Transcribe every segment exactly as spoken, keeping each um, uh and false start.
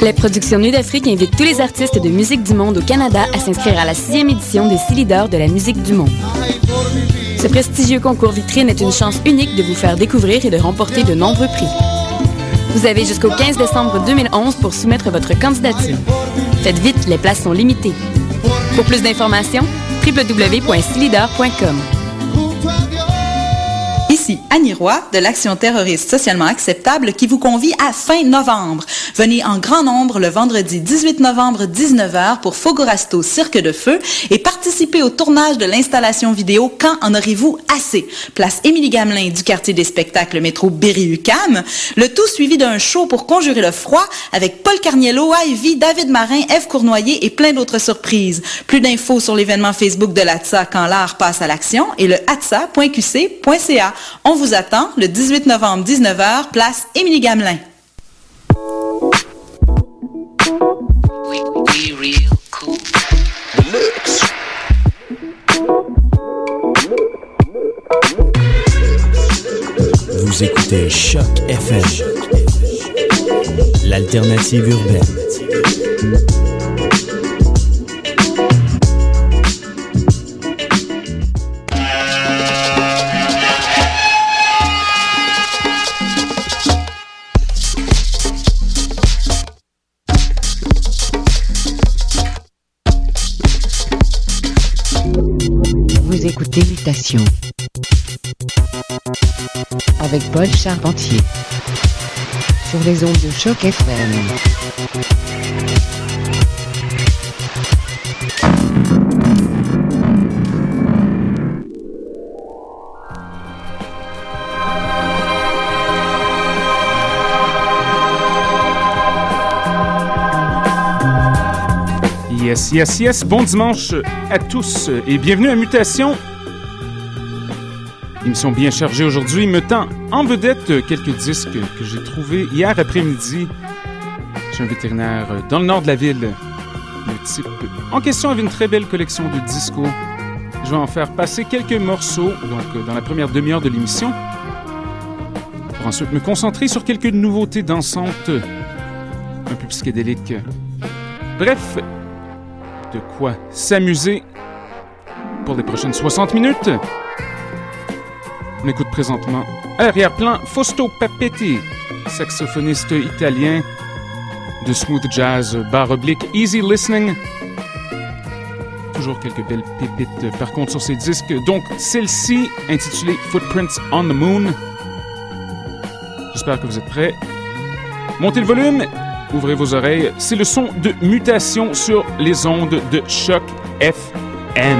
Les productions Nuit d'Afrique invitent tous les artistes de musique du monde au Canada à s'inscrire à la sixième édition des six leaders de la musique du monde. Ce prestigieux concours vitrine est une chance unique de vous faire découvrir et de remporter de nombreux prix. Vous avez jusqu'au quinze décembre deux mille onze pour soumettre votre candidature. Faites vite, les places sont limitées. Pour plus d'informations, w w w point six leaders point com. Ici Annie Roy de l'Action terroriste socialement acceptable qui vous convie à fin novembre. Venez en grand nombre le vendredi dix-huit novembre dix-neuf heures pour Fogorasto Cirque de Feu et participez au tournage de l'installation vidéo Quand en aurez-vous assez? Place Émilie-Gamelin du quartier des spectacles métro Berry-UQAM. Le tout suivi d'un show pour conjurer le froid avec Paul Carniello, Ivy, David Marin, Ève Cournoyer et plein d'autres surprises. Plus d'infos sur l'événement Facebook de l'A T S A Quand l'art passe à l'action et le atsa point q c point c a. On vous attend le dix-huit novembre dix-neuf heures, place Émilie-Gamelin. Vous écoutez Choc F M, l'alternative urbaine. Vous écoutez Mutation avec Paul Charpentier sur les ondes de Choc F M. Yes, yes, yes. Bon dimanche à tous et bienvenue à Mutation. Émission bien chargée aujourd'hui, mettant en vedette quelques disques que j'ai trouvés hier après-midi chez un vétérinaire dans le nord de la ville. Le type en question avait une très belle collection de discos. Je vais en faire passer quelques morceaux donc dans la première demi-heure de l'émission pour ensuite me concentrer sur quelques nouveautés dansantes un peu psychédéliques. Bref, de quoi s'amuser pour les prochaines soixante minutes. On écoute présentement à l'arrière-plan Fausto Papetti, saxophoniste italien de smooth jazz barre oblique easy listening. Toujours quelques belles pépites par contre sur ces disques, donc celle-ci intitulée Footprints on the Moon. J'espère que vous êtes prêts. Montez le volume, ouvrez vos oreilles, c'est le son de Mutation sur les ondes de Choc F M.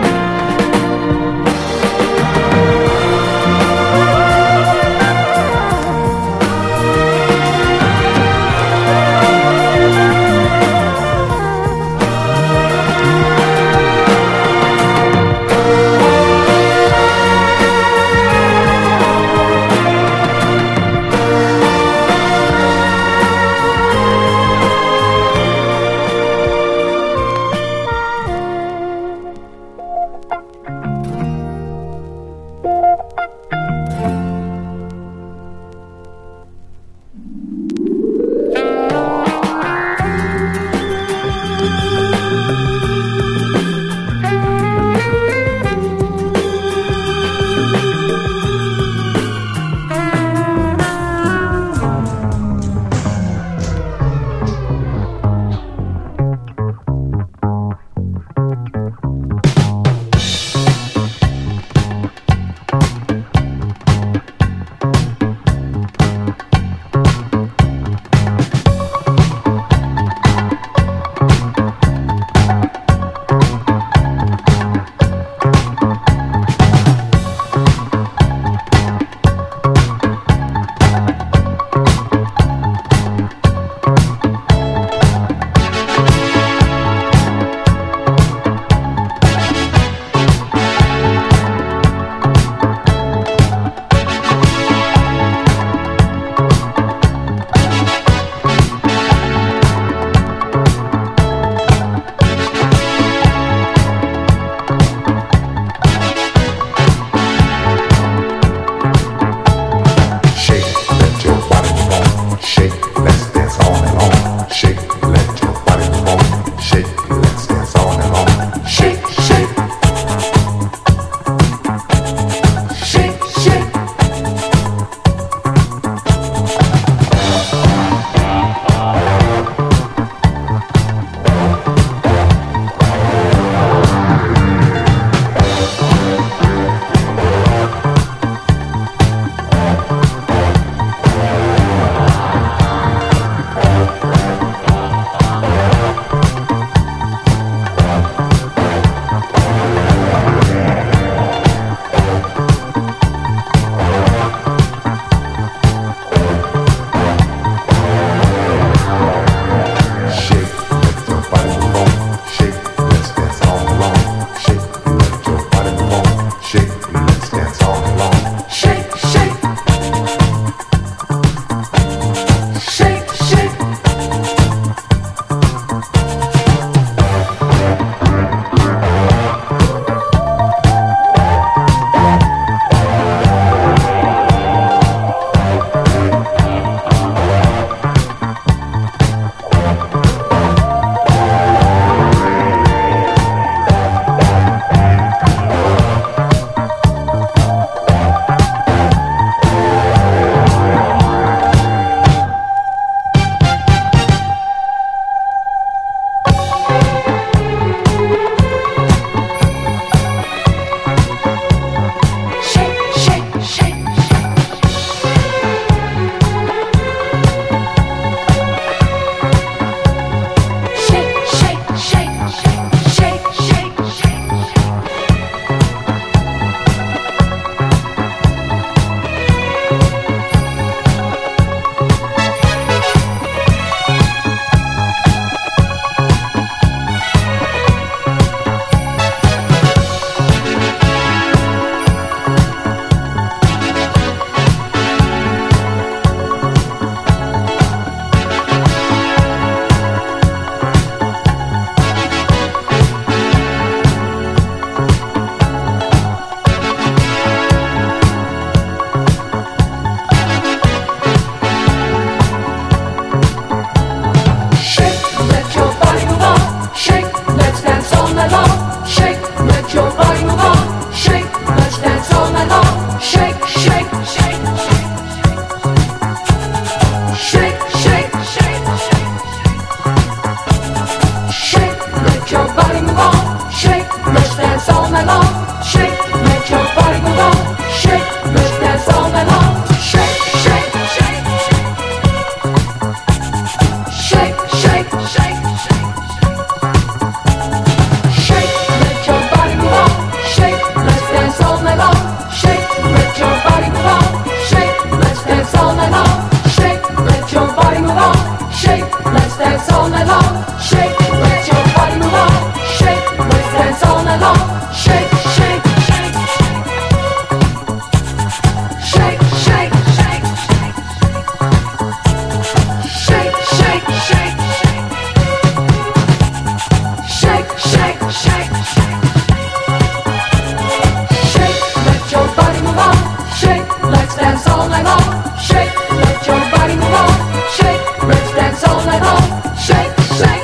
dance all night long. Shake, let your body move on. Shake, let's dance all night long. Shake, shake.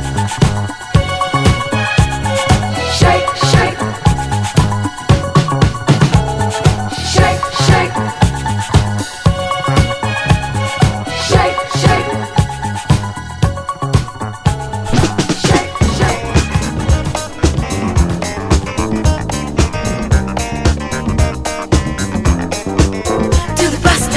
Shake, shake. Shake, shake. Shake, shake. Shake, shake. To the bus stop.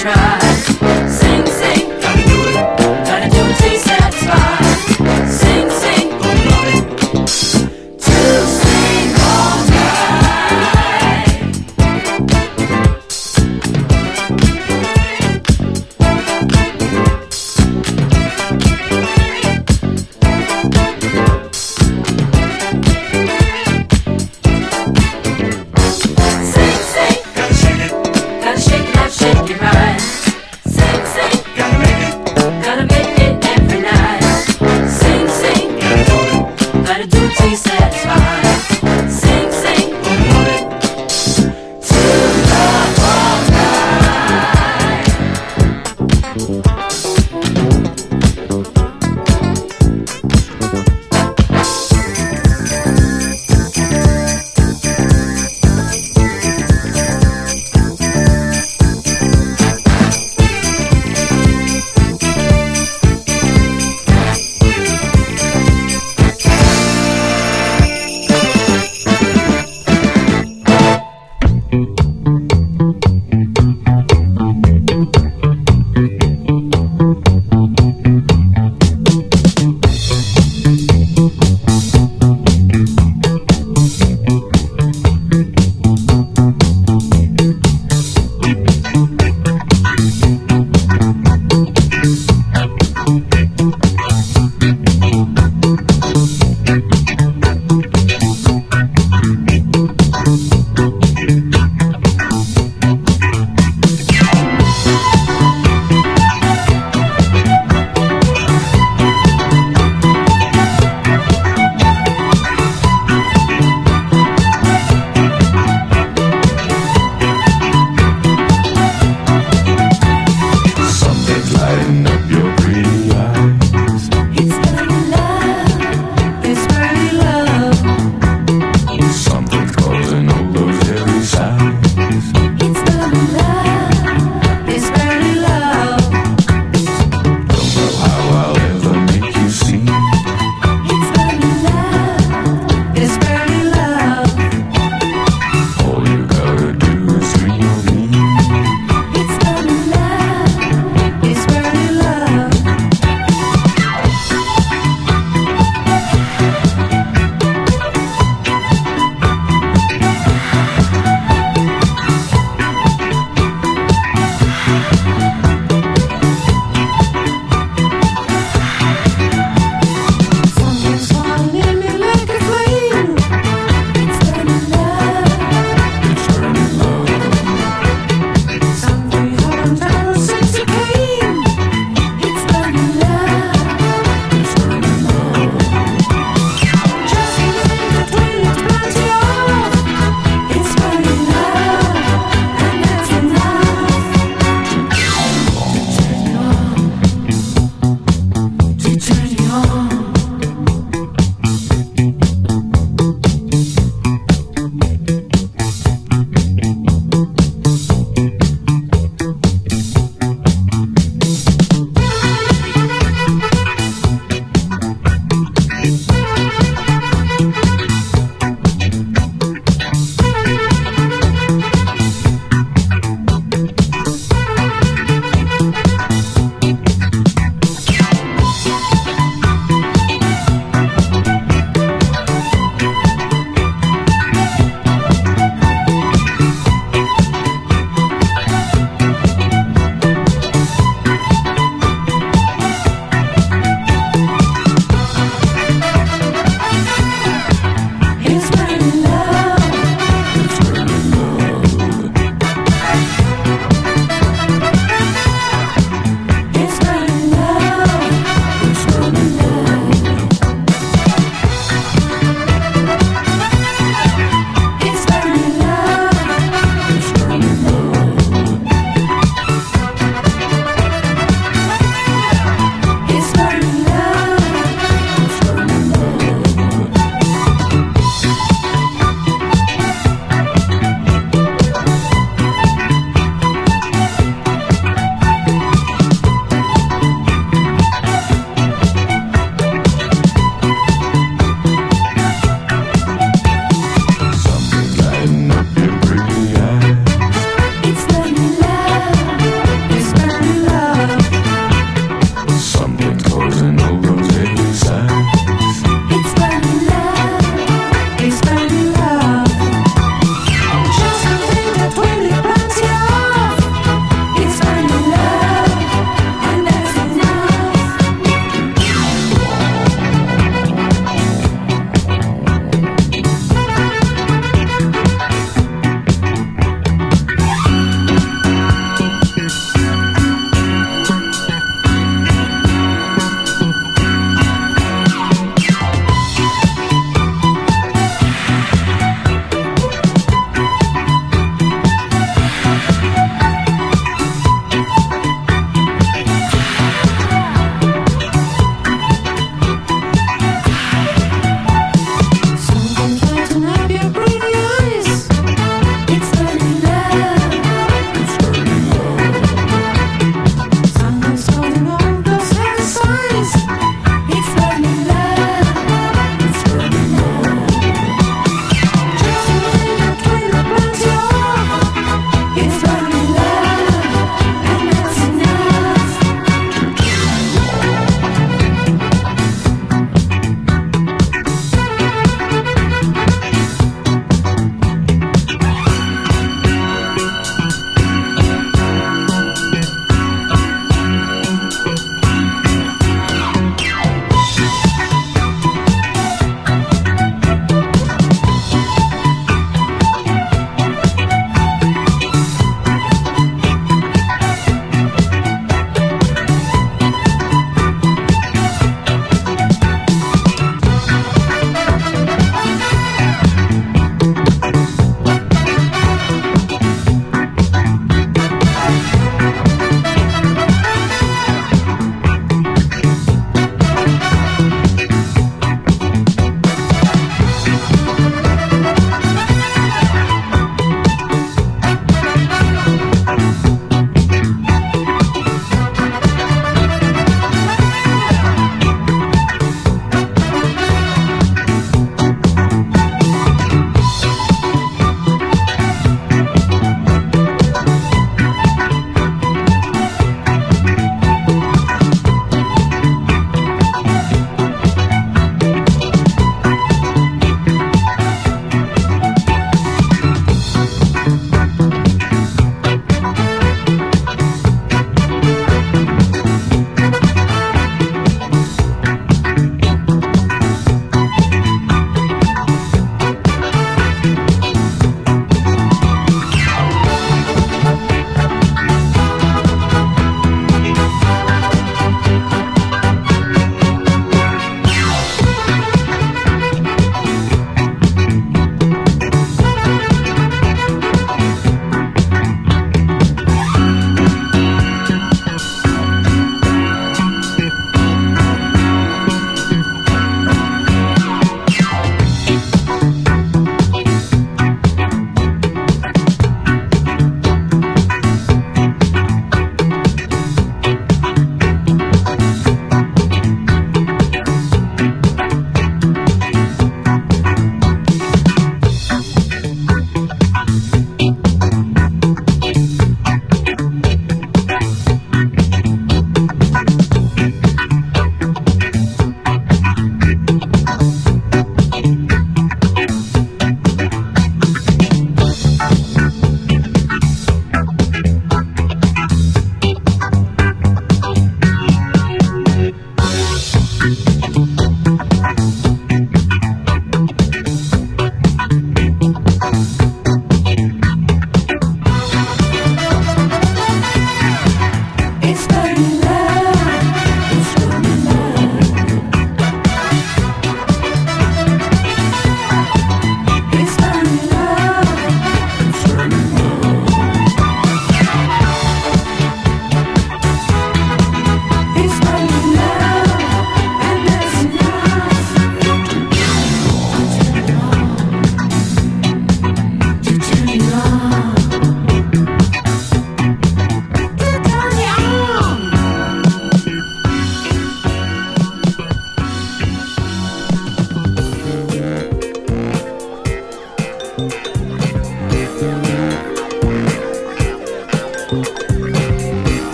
try. Sing, sing, gotta do it, gotta do it till you're satisfied. Sing, sing, gonna love it, to sing all night. Sing, sing, gotta shake it, gotta shake it, gotta shake your mind.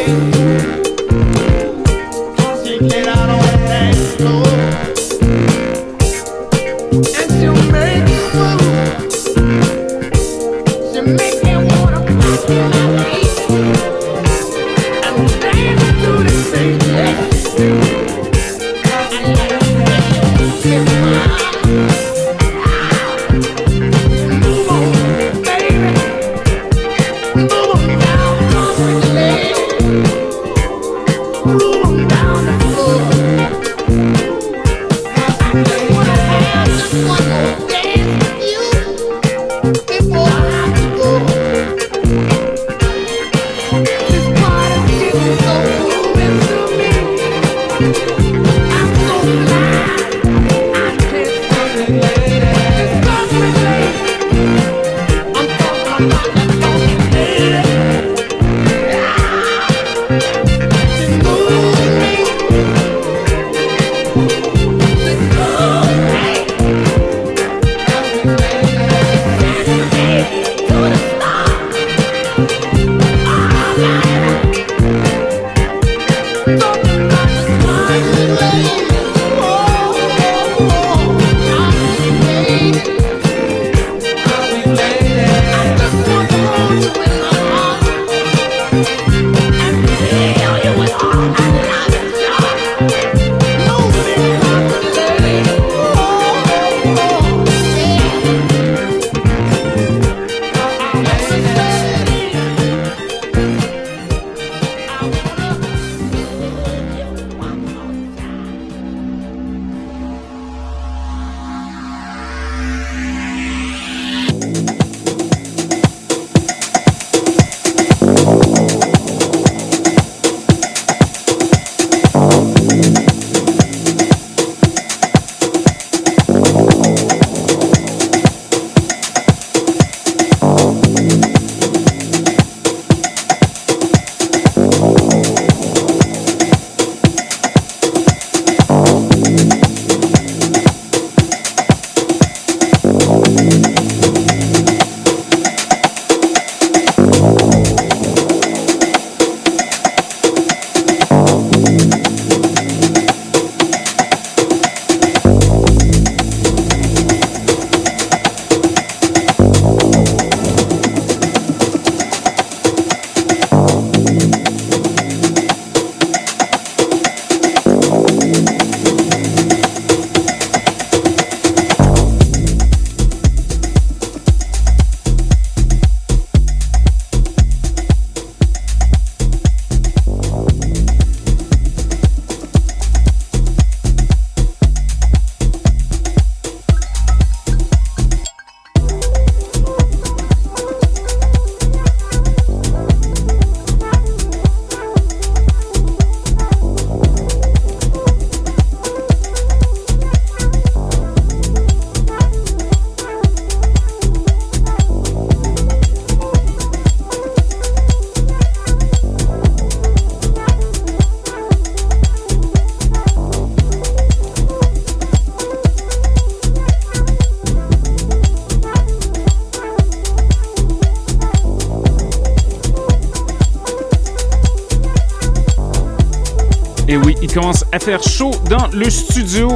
Et oui, il commence à faire chaud dans le studio.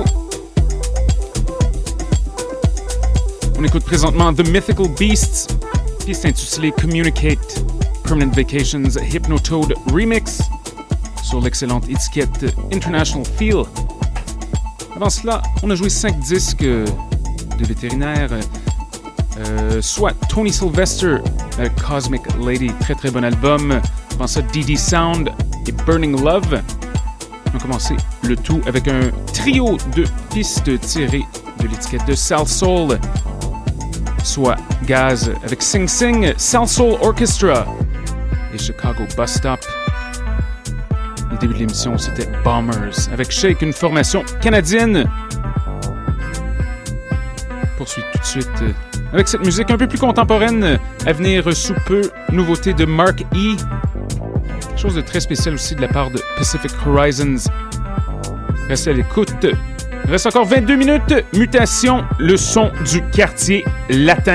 On écoute présentement The Mythical Beasts, pièce intitulée Communicate, Permanent Vacations Hypnotoad Remix, sur l'excellente étiquette International Feel. Avant cela, on a joué cinq disques de vétérinaires, euh, soit Tony Sylvester, euh, Cosmic Lady, très très bon album. Avant ça, D D Sound et Burning Love. On a commencé le tout avec un trio de pistes tirées de l'étiquette de Salsoul, soit Gaz avec Sing Sing, Salsoul Orchestra et Chicago Bus Stop. Le début de l'émission, c'était Bombers avec Shake, une formation canadienne. Poursuit tout de suite avec cette musique un peu plus contemporaine à venir sous peu. Nouveauté de Mark E. Quelque chose de très spécial aussi de la part de Pacific Horizons. Restez à l'écoute. Il reste encore vingt-deux minutes. Mutation, le son du quartier latin.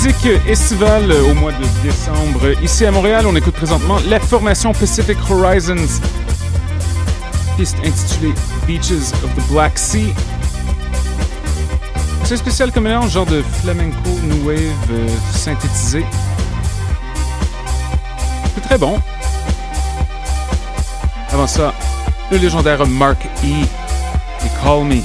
musique estivale au mois de décembre. Ici à Montréal, on écoute présentement la formation Pacific Horizons. Piste intitulée Beaches of the Black Sea. C'est spécial comme mélange, genre de flamenco new wave euh, synthétisé. C'est très bon. Avant ça, le légendaire Mark E. et Call Me.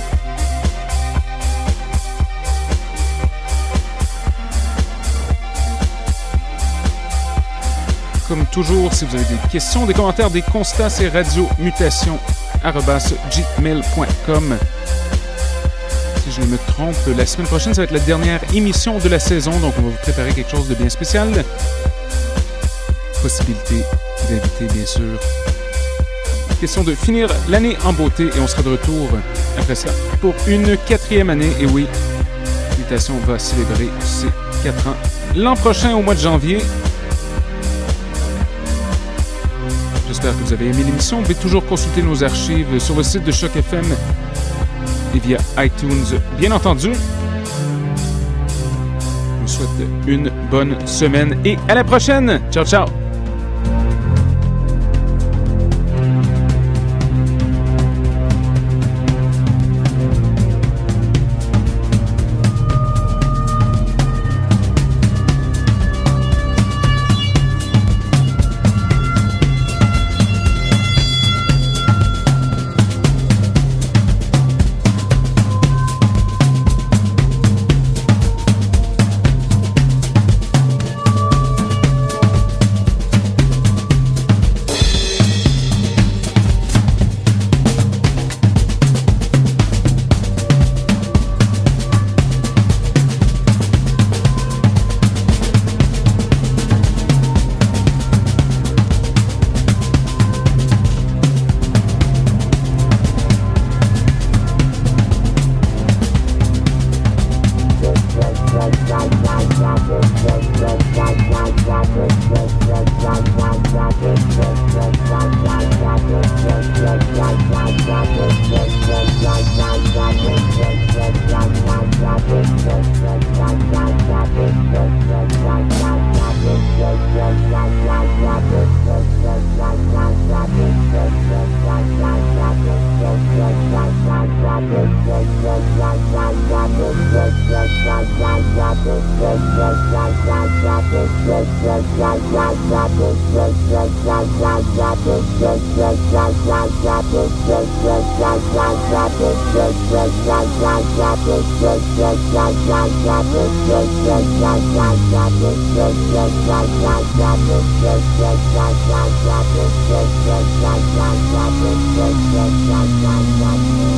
Comme toujours, si vous avez des questions, des commentaires, des constats, c'est radiomutation arobase gmail point com. Si je ne me trompe, la semaine prochaine, ça va être la dernière émission de la saison, donc on va vous préparer quelque chose de bien spécial. Possibilité d'inviter, bien sûr. Question de finir l'année en beauté et on sera de retour après ça pour une quatrième année. Et oui, Mutation va célébrer ses quatre ans l'an prochain au mois de janvier. J'espère que vous avez aimé l'émission. Vous pouvez toujours consulter nos archives sur le site de Choc F M et via iTunes, bien entendu. Je vous souhaite une bonne semaine et à la prochaine. Ciao, ciao! Drop it.